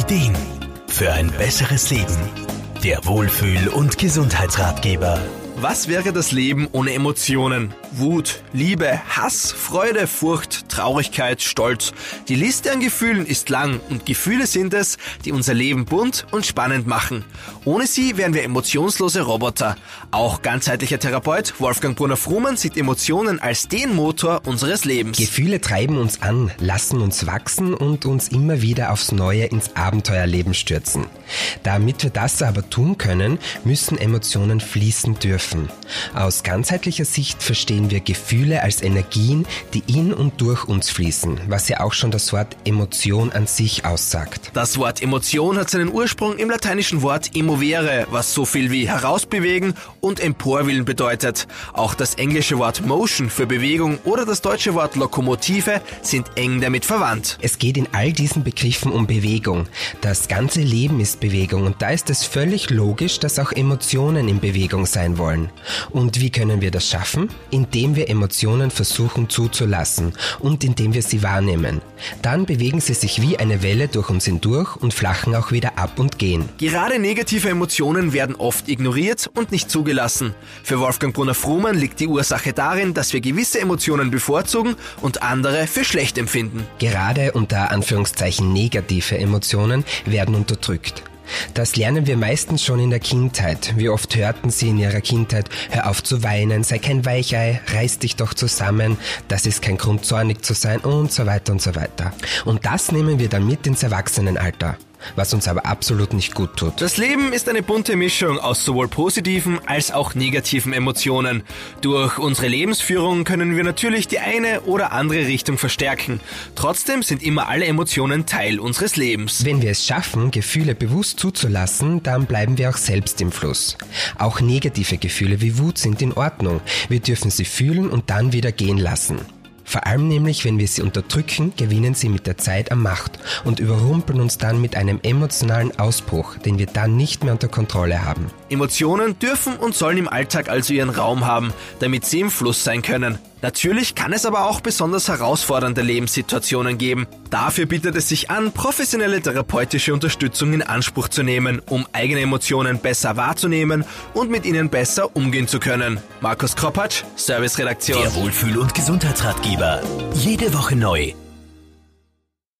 Ideen für ein besseres Leben. Der Wohlfühl- und Gesundheitsratgeber. Was wäre das Leben ohne Emotionen? Wut, Liebe, Hass, Freude, Furcht, Traurigkeit, Stolz. Die Liste an Gefühlen ist lang und Gefühle sind es, die unser Leben bunt und spannend machen. Ohne sie wären wir emotionslose Roboter. Auch ganzheitlicher Therapeut Wolfgang Brunner-Frumann sieht Emotionen als den Motor unseres Lebens. Gefühle treiben uns an, lassen uns wachsen und uns immer wieder aufs Neue ins Abenteuerleben stürzen. Damit wir das aber tun können, müssen Emotionen fließen dürfen. Aus ganzheitlicher Sicht verstehen wir Gefühle als Energien, die in und durch uns fließen, was ja auch schon das Wort Emotion an sich aussagt. Das Wort Emotion hat seinen Ursprung im lateinischen Wort emovere, was so viel wie herausbewegen und emporwillen bedeutet. Auch das englische Wort motion für Bewegung oder das deutsche Wort Lokomotive sind eng damit verwandt. Es geht in all diesen Begriffen um Bewegung. Das ganze Leben ist Bewegung und da ist es völlig logisch, dass auch Emotionen in Bewegung sein wollen. Und wie können wir das schaffen? Indem wir Emotionen versuchen zuzulassen und indem wir sie wahrnehmen. Dann bewegen sie sich wie eine Welle durch uns hindurch und flachen auch wieder ab und gehen. Gerade negative Emotionen werden oft ignoriert und nicht zugelassen. Für Wolfgang Brunner-Frumann liegt die Ursache darin, dass wir gewisse Emotionen bevorzugen und andere für schlecht empfinden. Gerade unter Anführungszeichen negative Emotionen werden unterdrückt. Das lernen wir meistens schon in der Kindheit. Wie oft hörten Sie in Ihrer Kindheit: Hör auf zu weinen, sei kein Weichei, reiß dich doch zusammen, das ist kein Grund zornig zu sein und so weiter und so weiter. Und das nehmen wir dann mit ins Erwachsenenalter, was uns aber absolut nicht gut tut. Das Leben ist eine bunte Mischung aus sowohl positiven als auch negativen Emotionen. Durch unsere Lebensführung können wir natürlich die eine oder andere Richtung verstärken. Trotzdem sind immer alle Emotionen Teil unseres Lebens. Wenn wir es schaffen, Gefühle bewusst zuzulassen, dann bleiben wir auch selbst im Fluss. Auch negative Gefühle wie Wut sind in Ordnung. Wir dürfen sie fühlen und dann wieder gehen lassen. Vor allem nämlich, wenn wir sie unterdrücken, gewinnen sie mit der Zeit an Macht und überrumpeln uns dann mit einem emotionalen Ausbruch, den wir dann nicht mehr unter Kontrolle haben. Emotionen dürfen und sollen im Alltag also ihren Raum haben, damit sie im Fluss sein können. Natürlich kann es aber auch besonders herausfordernde Lebenssituationen geben. Dafür bietet es sich an, professionelle therapeutische Unterstützung in Anspruch zu nehmen, um eigene Emotionen besser wahrzunehmen und mit ihnen besser umgehen zu können. Markus Kropatsch, Serviceredaktion. Der Wohlfühl- und Gesundheitsratgeber. Jede Woche neu.